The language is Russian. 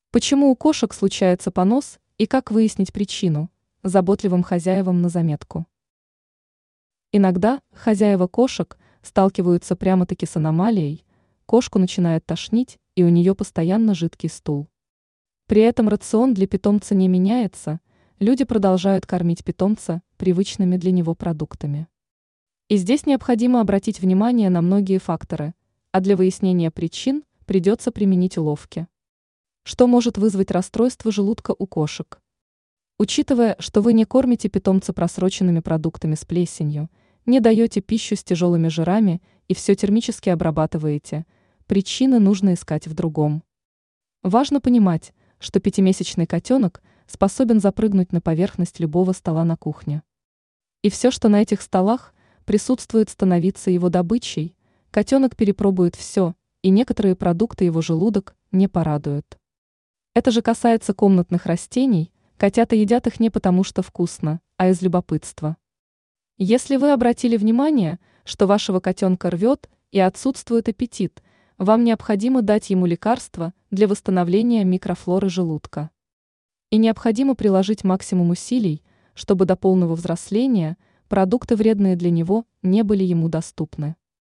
Почему у кошек случается понос и как выяснить причину? Заботливым хозяевам на заметку. Иногда хозяева кошек сталкиваются прямо-таки с аномалией, кошку начинает тошнить, и у нее постоянно жидкий стул. При этом рацион для питомца не меняется, люди продолжают кормить питомца привычными для него продуктами. И здесь необходимо обратить внимание на многие факторы, а для выяснения причин придется применить уловки. Что может вызвать расстройство желудка у кошек? Учитывая, что вы не кормите питомца просроченными продуктами с плесенью, не даете пищу с тяжелыми жирами и все термически обрабатываете, причины нужно искать в другом. Важно понимать, что пятимесячный котенок способен запрыгнуть на поверхность любого стола на кухне. И все, что на этих столах присутствует, становиться его добычей, котенок перепробует все, и некоторые продукты его желудок не порадуют. Это же касается комнатных растений, котята едят их не потому что вкусно, а из любопытства. Если вы обратили внимание, что вашего котенка рвет и отсутствует аппетит, вам необходимо дать ему лекарство для восстановления микрофлоры желудка. И необходимо приложить максимум усилий, чтобы до полного взросления продукты, вредные для него, не были ему доступны.